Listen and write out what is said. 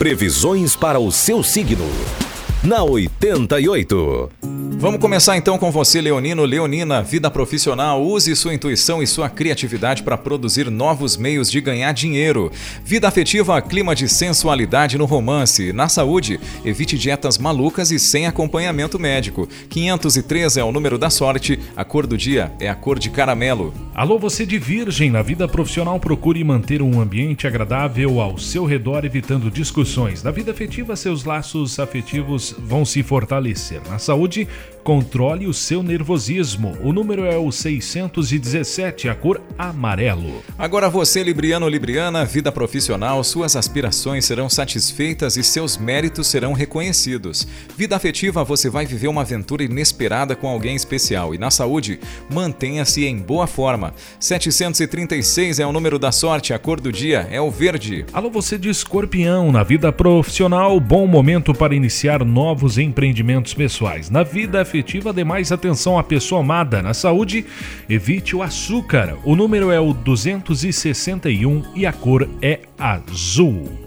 Previsões para o seu signo. Na 88. Vamos começar então com você, leonino, leonina, vida profissional. Use sua intuição e sua criatividade para produzir novos meios de ganhar dinheiro. Vida afetiva, clima de sensualidade no romance. Na saúde, evite dietas malucas e sem acompanhamento médico. 503 é o número da sorte, a cor do dia é a cor de caramelo. Alô, você de Virgem, na vida profissional procure manter um ambiente agradável ao seu redor, evitando discussões. Na vida afetiva, seus laços afetivos vão se fortalecer. Na saúde, controle o seu nervosismo. O número é o 617, a cor amarelo. Agora você, libriano, libriana, vida profissional, suas aspirações serão satisfeitas e seus méritos serão reconhecidos. Vida afetiva, você vai viver uma aventura inesperada com alguém especial. E na saúde, mantenha-se em boa forma. 736 é o número da sorte, a cor do dia é o verde. Alô, você de Escorpião, na vida profissional, bom momento para iniciar novos empreendimentos pessoais. Na vida afetiva, dê mais atenção à pessoa amada. Na saúde, evite o açúcar. O número é o 261 e a cor é azul.